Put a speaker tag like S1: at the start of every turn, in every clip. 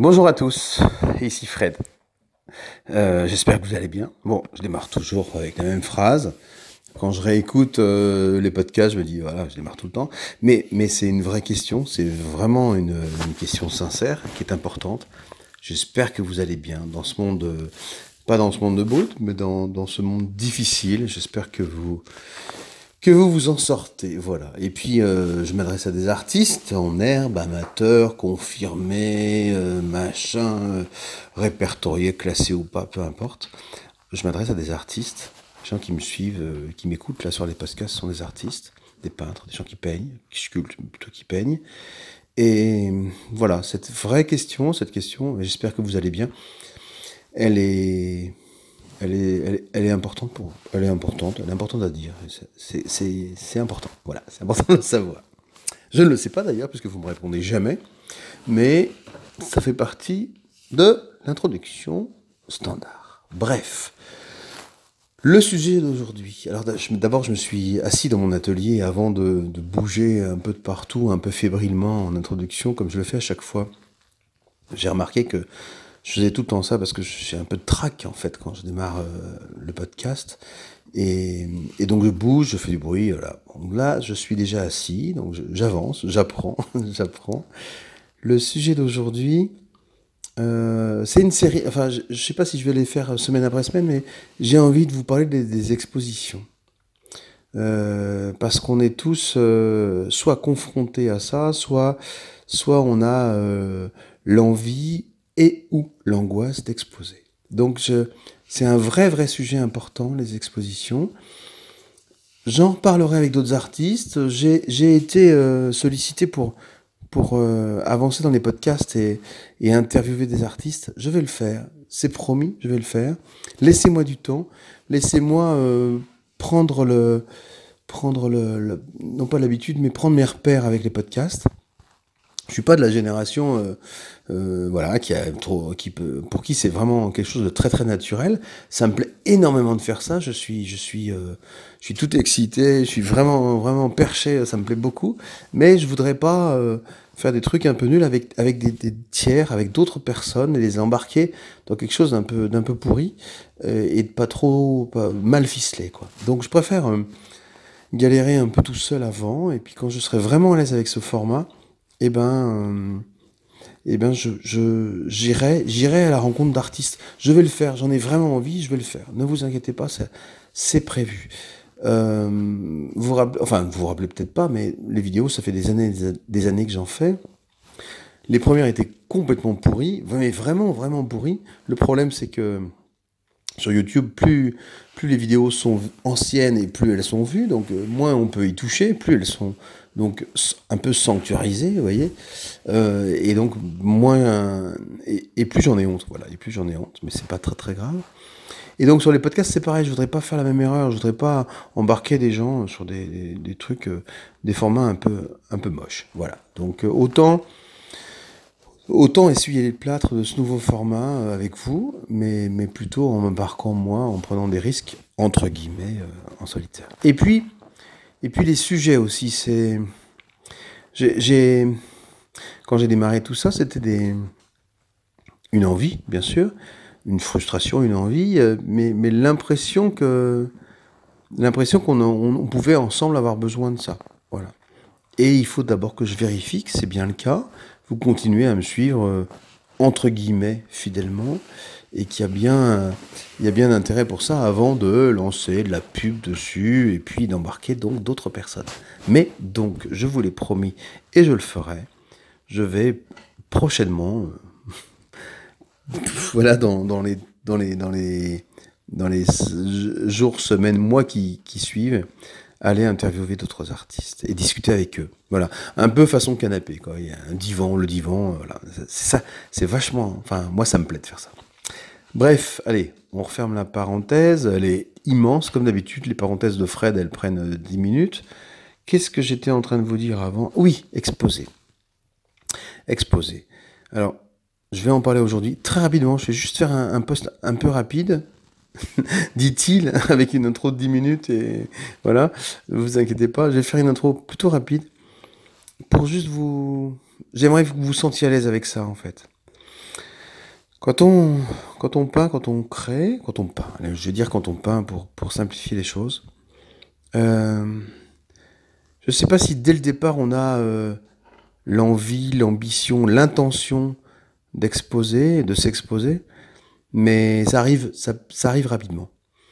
S1: Bonjour à tous, ici Fred. J'espère que vous allez bien. Bon, je démarre toujours avec la même phrase. Quand je réécoute les podcasts, je me dis, voilà, je démarre tout le temps. Mais c'est une vraie question, c'est vraiment une question sincère qui est importante. J'espère que vous allez bien dans ce monde, pas dans ce monde de brut, mais dans ce monde difficile. J'espère que vous en sortez, voilà. Et puis, je m'adresse à des artistes en herbe, amateurs, confirmés, répertoriés, classés ou pas, peu importe. Je m'adresse à des artistes, des gens qui me suivent, qui m'écoutent là sur les podcasts, sont des artistes, des peintres, des gens qui peignent, qui sculptent, plutôt qui peignent. Et voilà, cette question, j'espère que vous allez bien, elle est importante pour vous. Elle est importante à dire. C'est important. Voilà, c'est important de le savoir. Je ne le sais pas d'ailleurs, puisque vous ne me répondez jamais, mais ça fait partie de l'introduction standard. Bref, le sujet d'aujourd'hui. Alors d'abord, je me suis assis dans mon atelier avant de bouger un peu de partout, un peu fébrilement en introduction, comme je le fais à chaque fois. J'ai remarqué que je faisais tout le temps ça parce que j'ai un peu de trac en fait quand je démarre le podcast. Et donc je bouge, je fais du bruit, voilà. Donc là, je suis déjà assis, donc j'avance, j'apprends, j'apprends. Le sujet d'aujourd'hui, c'est une série, enfin je sais pas si je vais les faire semaine après semaine, mais j'ai envie de vous parler des expositions. Parce qu'on est tous soit confrontés à ça, soit on a l'envie et ou l'angoisse d'exposer. Donc c'est un vrai sujet important, les expositions. J'en reparlerai avec d'autres artistes. J'ai été sollicité pour avancer dans les podcasts et interviewer des artistes. Je vais le faire, c'est promis, je vais le faire. Laissez-moi du temps, laissez-moi prendre non pas l'habitude, mais prendre mes repères avec les podcasts. Je suis pas de la génération, voilà, pour qui c'est vraiment quelque chose de très naturel. Ça me plaît énormément de faire ça. Je suis tout excité. Je suis vraiment perché. Ça me plaît beaucoup. Mais je voudrais pas faire des trucs un peu nuls avec des tiers, avec d'autres personnes et les embarquer dans quelque chose d'un peu pourri et de pas mal ficelé, quoi. Donc je préfère galérer un peu tout seul avant, et puis quand je serai vraiment à l'aise avec ce format, j'irai à la rencontre d'artistes. Je vais le faire, j'en ai vraiment envie, je vais le faire. Ne vous inquiétez pas, c'est prévu. Vous vous rappelez peut-être pas, mais les vidéos, ça fait des années que j'en fais. Les premières étaient complètement pourries, mais vraiment pourries. Le problème, c'est que sur YouTube, plus les vidéos sont anciennes et plus elles sont vues, donc moins on peut y toucher, plus elles sont donc un peu sanctuarisées, vous voyez, et donc moins et plus j'en ai honte, voilà, et plus j'en ai honte, mais c'est pas très grave. Et donc sur les podcasts, c'est pareil, je voudrais pas faire la même erreur, je voudrais pas embarquer des gens sur des trucs, des formats un peu moches, voilà. Donc autant essuyer les plâtres de ce nouveau format avec vous, mais plutôt en m'embarquant moi, en prenant des risques, entre guillemets, en solitaire. Et puis les sujets aussi, quand j'ai démarré tout ça, c'était une envie, bien sûr, une frustration, une envie, mais l'impression qu'on pouvait ensemble avoir besoin de ça, voilà. Et il faut d'abord que je vérifie que c'est bien le cas. Vous continuez à me suivre, entre guillemets, fidèlement, et qu'il y a bien d'intérêt pour ça avant de lancer de la pub dessus, et puis d'embarquer donc d'autres personnes. Mais donc, je vous l'ai promis, et je le ferai, je vais prochainement, voilà, dans les jours, semaines, mois qui suivent, aller interviewer d'autres artistes et discuter avec eux. Voilà, un peu façon canapé, quoi. Il y a un divan, le divan, voilà. C'est ça, c'est vachement... Enfin, moi, ça me plaît de faire ça. Bref, allez, on referme la parenthèse. Elle est immense, comme d'habitude. Les parenthèses de Fred, elles prennent 10 minutes. Qu'est-ce que j'étais en train de vous dire avant ? Oui, exposer. Alors, je vais en parler aujourd'hui très rapidement. Je vais juste faire un post un peu rapide, dit-il, avec une intro de 10 minutes, et voilà, ne vous inquiétez pas, je vais faire une intro plutôt rapide, pour juste j'aimerais que vous vous sentiez à l'aise avec ça, en fait. Quand on, quand on peint, quand on crée, quand on peint, allez, je vais dire quand on peint pour simplifier les choses, euh, je ne sais pas si dès le départ on a l'envie, l'ambition, l'intention d'exposer, de s'exposer, mais ça arrive rapidement.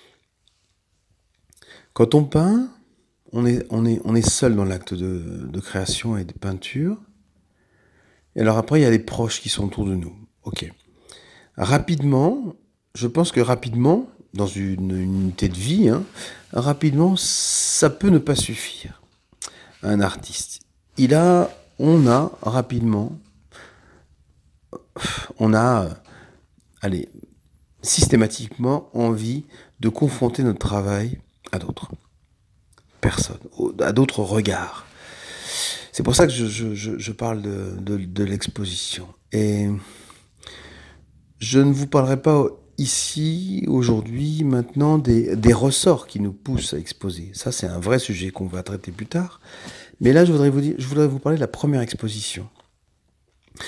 S1: Quand on peint, on est seul dans l'acte de création et de peinture. Et alors après, il y a les proches qui sont autour de nous. Ok. Rapidement, je pense que rapidement, dans une unité de vie, hein, rapidement, ça peut ne pas suffire à un artiste. On a rapidement, on a, allez, systématiquement envie de confronter notre travail à d'autres personnes, à d'autres regards. C'est pour ça que je parle de l'exposition. Et je ne vous parlerai pas ici, aujourd'hui, maintenant, des ressorts qui nous poussent à exposer. Ça, c'est un vrai sujet qu'on va traiter plus tard. Mais là, je voudrais vous parler de la première exposition. Pourquoi ?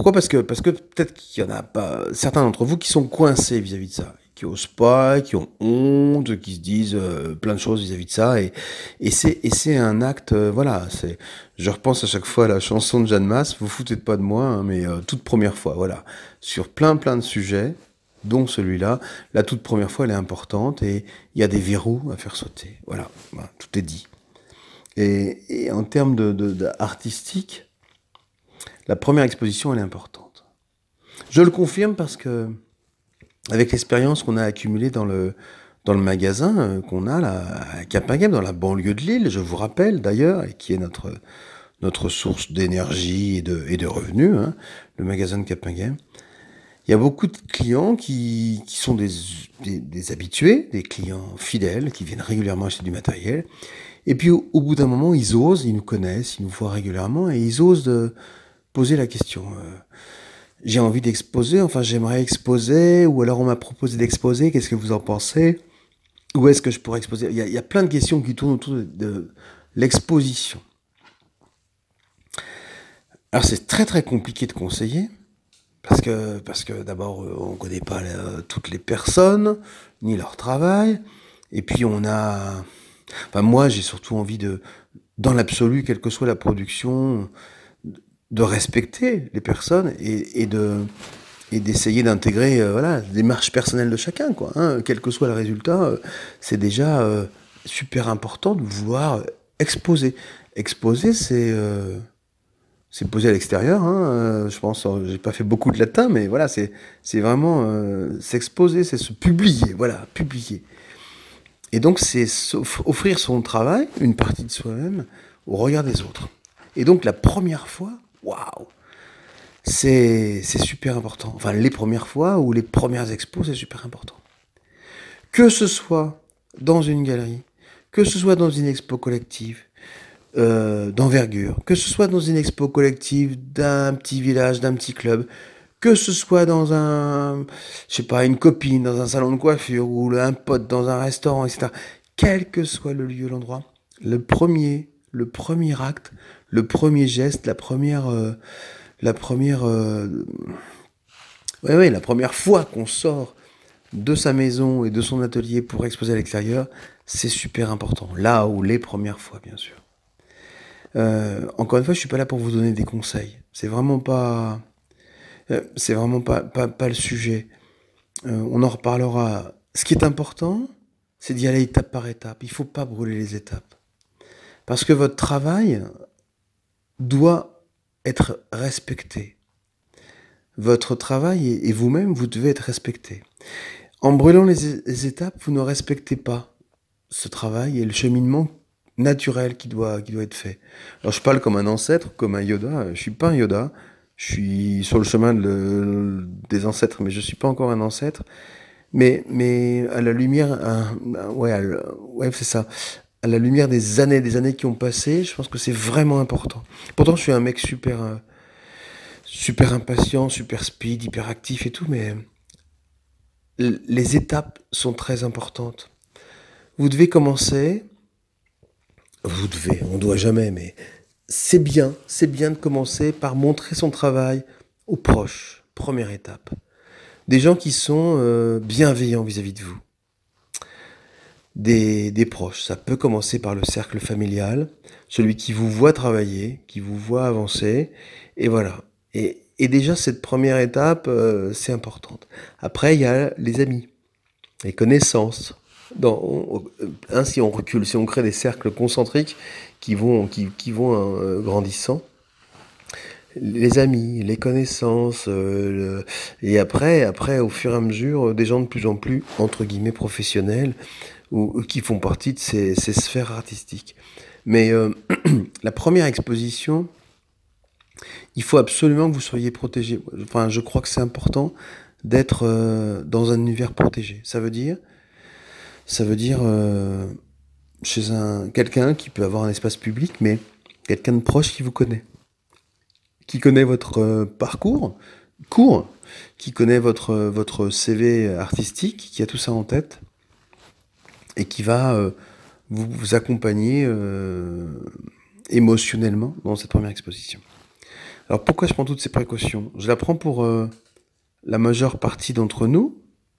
S1: Parce que peut-être qu'il y en a pas certains d'entre vous qui sont coincés vis-à-vis de ça, qui osent pas, qui ont honte, qui se disent plein de choses vis-à-vis de ça, et c'est un acte, voilà. Je repense à chaque fois à la chanson de Jeanne Masse, vous foutez pas de moi, hein, mais toute première fois, voilà, sur plein de sujets, dont celui-là, la toute première fois, elle est importante, et il y a des verrous à faire sauter, voilà, tout est dit. Et en termes de artistique, la première exposition, elle est importante. Je le confirme parce que, avec l'expérience qu'on a accumulée dans le magasin qu'on a là, à Capinghem, dans la banlieue de Lille, je vous rappelle d'ailleurs, et qui est notre source d'énergie et de revenus, hein, le magasin de Capinghem, il y a beaucoup de clients qui sont des habitués, des clients fidèles, qui viennent régulièrement acheter du matériel. Et puis au bout d'un moment, ils nous connaissent, ils nous voient régulièrement, et ils osent poser la question. J'ai envie d'exposer, enfin j'aimerais exposer, ou alors on m'a proposé d'exposer, qu'est-ce que vous en pensez ? Où est-ce que je pourrais exposer ? Il y a plein de questions qui tournent autour de l'exposition. Alors c'est très très compliqué de conseiller, parce que d'abord on ne connaît pas toutes les personnes, ni leur travail, et puis moi j'ai surtout envie dans l'absolu, quelle que soit la production, de respecter les personnes et d'essayer d'intégrer voilà, les démarches personnelles de chacun, quoi, hein, quel que soit le résultat, c'est déjà super important de vouloir exposer. Exposer, c'est poser à l'extérieur, hein, je pense, j'ai pas fait beaucoup de latin, mais voilà, c'est vraiment s'exposer, c'est se publier, voilà, publier. Et donc c'est offrir son travail, une partie de soi-même, au regard des autres. Et donc la première fois, waouh, c'est super important. Enfin, les premières fois ou les premières expos, c'est super important. Que ce soit dans une galerie, que ce soit dans une expo collective d'envergure, que ce soit dans une expo collective d'un petit village, d'un petit club, que ce soit dans une copine, dans un salon de coiffure, ou un pote dans un restaurant, etc. Quel que soit le lieu, l'endroit, le premier acte, le premier geste, la première fois qu'on sort de sa maison et de son atelier pour exposer à l'extérieur, c'est super important. Là où les premières fois, bien sûr. Encore une fois, je suis pas là pour vous donner des conseils. C'est vraiment pas le sujet. On en reparlera. Ce qui est important, c'est d'y aller étape par étape. Il faut pas brûler les étapes. Parce que votre travail doit être respecté. Votre travail et vous-même, vous devez être respecté. En brûlant les étapes, vous ne respectez pas ce travail et le cheminement naturel qui doit être fait. Alors je parle comme un ancêtre, comme un Yoda. Je suis pas un Yoda. Je suis sur le chemin des ancêtres, mais je suis pas encore un ancêtre. Mais à la lumière, c'est ça. À la lumière des années qui ont passé, je pense que c'est vraiment important. Pourtant, je suis un mec super impatient, super speed, hyper actif et tout, mais les étapes sont très importantes. Vous devez commencer. On doit jamais, mais c'est bien de commencer par montrer son travail aux proches. Première étape. Des gens qui sont bienveillants vis-à-vis de vous. Des proches. Ça peut commencer par le cercle familial, celui qui vous voit travailler, qui vous voit avancer, et voilà. Et déjà, cette première étape, c'est importante. Après, il y a les amis, les connaissances. Si on recule, si on crée des cercles concentriques qui vont grandissant, les amis, les connaissances, et après, au fur et à mesure, des gens de plus en plus, entre guillemets, professionnels, ou qui font partie de ces sphères artistiques. Mais la première exposition, il faut absolument que vous soyez protégé. Enfin, je crois que c'est important d'être dans un univers protégé. Ça veut dire chez quelqu'un qui peut avoir un espace public, mais quelqu'un de proche qui vous connaît, qui connaît votre parcours court, qui connaît votre CV artistique, qui a tout ça en tête, et qui va vous accompagner émotionnellement dans cette première exposition. Alors pourquoi je prends toutes ces précautions ? Je la prends pour la majeure partie d'entre nous,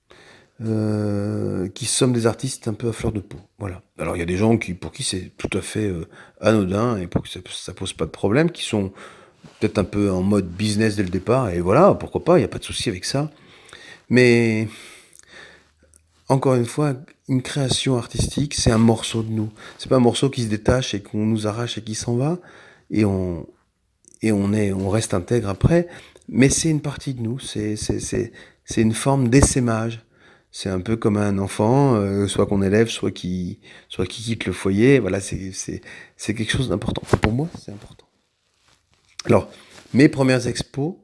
S1: qui sommes des artistes un peu à fleur de peau. Voilà. Alors il y a des gens pour qui c'est tout à fait anodin et pour qui ça pose pas de problème, qui sont peut-être un peu en mode business dès le départ, et voilà, pourquoi pas, il n'y a pas de souci avec ça. Mais encore une fois, une création artistique, c'est un morceau de nous. C'est pas un morceau qui se détache et qu'on nous arrache et qui s'en va, et on reste intègre après, mais c'est une partie de nous, c'est une forme d'essaimage. C'est un peu comme un enfant, soit qu'on élève, soit qui quitte le foyer. Voilà, c'est quelque chose d'important. Pour moi, c'est important. Alors, mes premières expos,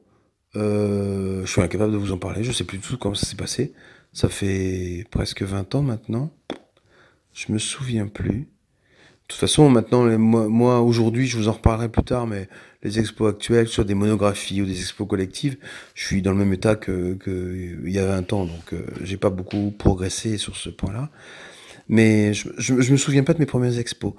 S1: je suis incapable de vous en parler, je sais plus du tout comment ça s'est passé. Ça fait presque 20 ans maintenant. Je me souviens plus. De toute façon, maintenant, moi aujourd'hui, je vous en reparlerai plus tard, mais les expos actuelles, sur des monographies ou des expos collectives, je suis dans le même état que il y a 20 ans, donc j'ai pas beaucoup progressé sur ce point-là. Mais je me souviens pas de mes premières expos.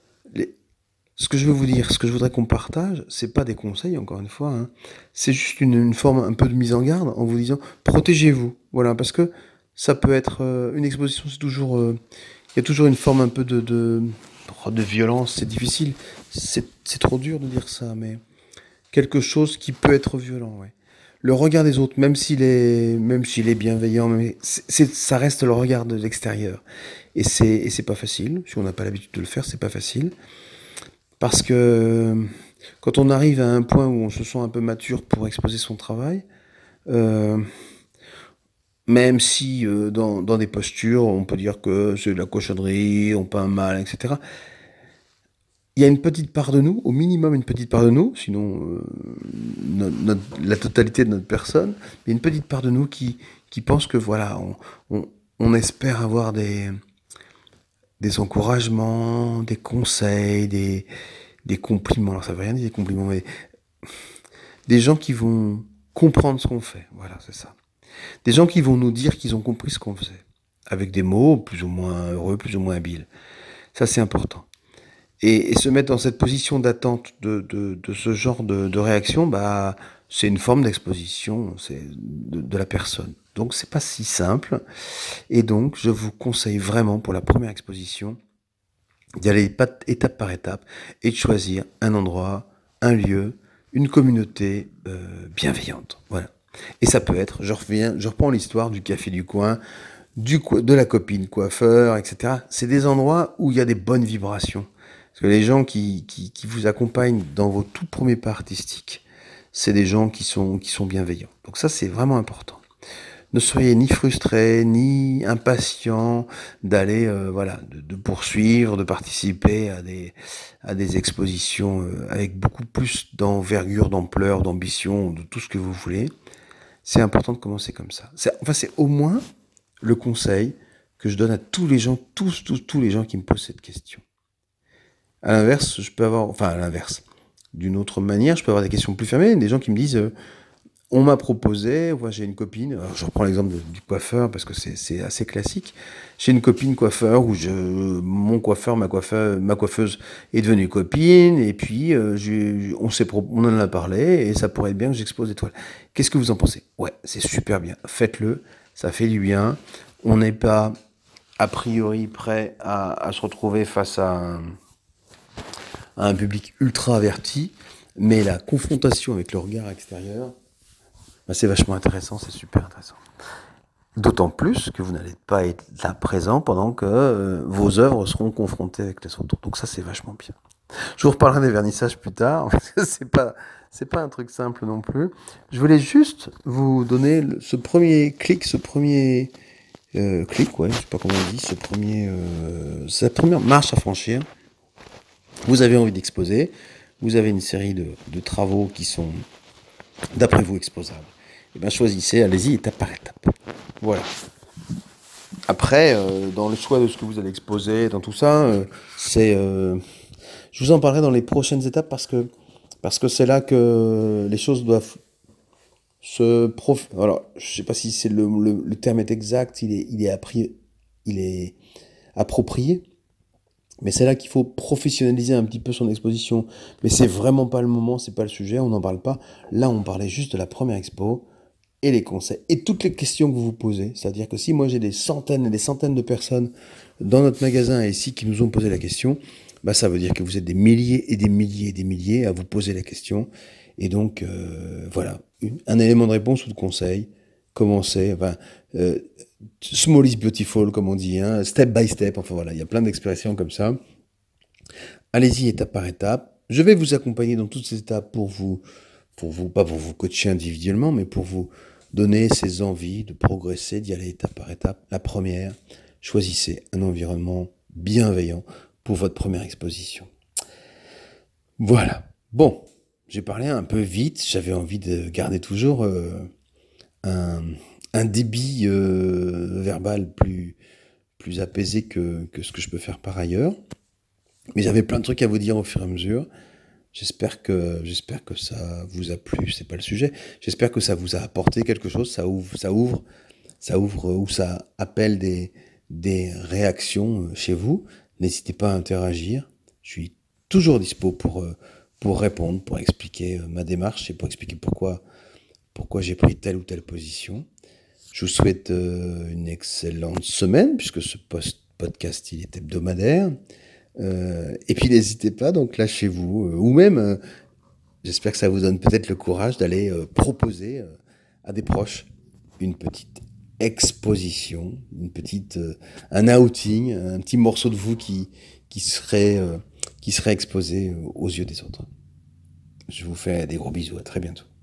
S1: Ce que je veux vous dire, ce que je voudrais qu'on partage, c'est pas des conseils, encore une fois, hein. C'est juste une forme un peu de mise en garde en vous disant protégez-vous. Voilà, parce que ça peut être une exposition, c'est toujours il y a toujours une forme un peu de violence, c'est difficile, c'est trop dur de dire ça, mais quelque chose qui peut être violent, ouais. Le regard des autres, même s'il est bienveillant, mais ça reste le regard de l'extérieur. Et c'est pas facile. Si on n'a pas l'habitude de le faire, c'est pas facile. Parce que quand on arrive à un point où on se sent un peu mature pour exposer son travail, euh, même si dans des postures, on peut dire que c'est de la cochonnerie, on peint mal, etc. Il y a une petite part de nous, au minimum une petite part de nous, sinon la totalité de notre personne, mais une petite part de nous qui pense que voilà, on espère avoir des encouragements, des conseils, des compliments. Alors ça veut rien dire des compliments, mais des gens qui vont comprendre ce qu'on fait. Voilà, c'est ça. Des gens qui vont nous dire qu'ils ont compris ce qu'on faisait, avec des mots plus ou moins heureux, plus ou moins habiles. Ça, c'est important. Et se mettre dans cette position d'attente de ce genre de réaction, bah, c'est une forme d'exposition de la personne. Donc, c'est pas si simple. Et donc, je vous conseille vraiment, pour la première exposition, d'y aller étape par étape et de choisir un endroit, un lieu, une communauté bienveillante. Voilà. Et ça peut être, je reprends l'histoire du café du coin, de la copine coiffeur, etc. C'est des endroits où il y a des bonnes vibrations. Parce que les gens qui vous accompagnent dans vos tout premiers pas artistiques, c'est des gens qui sont bienveillants. Donc ça, c'est vraiment important. Ne soyez ni frustrés, ni impatients d'aller, de poursuivre, de participer à des expositions avec beaucoup plus d'envergure, d'ampleur, d'ambition, de tout ce que vous voulez. C'est important de commencer comme ça. C'est au moins le conseil que je donne à tous les gens, tous les gens qui me posent cette question. À l'inverse, à l'inverse, d'une autre manière, je peux avoir des questions plus fermées, des gens qui me disent On m'a proposé, moi j'ai une copine, alors je reprends l'exemple du coiffeur parce que c'est assez classique. J'ai une copine coiffeur où mon coiffeur, ma coiffeuse est devenue copine et puis on en a parlé et ça pourrait être bien que j'expose des toiles. Qu'est-ce que vous en pensez? Ouais, c'est super bien. Faites-le, ça fait du bien. On n'est pas a priori prêt à se retrouver face à un public ultra averti, mais la confrontation avec le regard extérieur, bah, c'est vachement intéressant, c'est super intéressant. D'autant plus que vous n'allez pas être là présent pendant que vos œuvres seront confrontées avec les autres. Donc ça, c'est vachement bien. Je vous reparlerai des vernissages plus tard, parce que c'est pas un truc simple non plus. Je voulais juste vous donner ce premier clic, clic, ouais, je sais pas comment on dit, cette première marche à franchir. Vous avez envie d'exposer, vous avez une série de travaux qui sont, d'après vous, exposables. Et bien choisissez, allez-y, étape par étape. Voilà. Après, dans le choix de ce que vous allez exposer, dans tout ça, je vous en parlerai dans les prochaines étapes parce que c'est là que les choses doivent alors, je sais pas si c'est le terme est exact, il est approprié, mais c'est là qu'il faut professionnaliser un petit peu son exposition. Mais c'est vraiment pas le moment, c'est pas le sujet, on n'en parle pas. Là, on parlait juste de la première expo et les conseils et toutes les questions que vous vous posez. C'est-à-dire que si moi j'ai des centaines et des centaines de personnes dans notre magasin et ici qui nous ont posé la question, bah ça veut dire que vous êtes des milliers et des milliers et des milliers à vous poser la question. Et donc voilà, un élément de réponse ou de conseil. Commencer, enfin, small is beautiful comme on dit, hein, step by step. Enfin voilà, il y a plein d'expressions comme ça. Allez-y étape par étape. Je vais vous accompagner dans toutes ces étapes pas pour vous coacher individuellement, mais pour vous donner ces envies de progresser, d'y aller étape par étape. La première, choisissez un environnement bienveillant pour votre première exposition. Voilà. Bon, j'ai parlé un peu vite, j'avais envie de garder toujours un débit verbal plus apaisé que ce que je peux faire par ailleurs. Mais j'avais plein de trucs à vous dire au fur et à mesure. J'espère que ça vous a plu, c'est pas le sujet. J'espère que ça vous a apporté quelque chose, ça ouvre ou ça appelle des réactions chez vous. N'hésitez pas à interagir. Je suis toujours dispo pour répondre, pour expliquer ma démarche et pour expliquer pourquoi j'ai pris telle ou telle position. Je vous souhaite une excellente semaine puisque ce podcast il est hebdomadaire. Et puis n'hésitez pas, donc lâchez-vous, ou même, j'espère que ça vous donne peut-être le courage d'aller proposer à des proches une petite exposition, un outing, un petit morceau de vous qui serait exposé aux yeux des autres. Je vous fais des gros bisous, à très bientôt.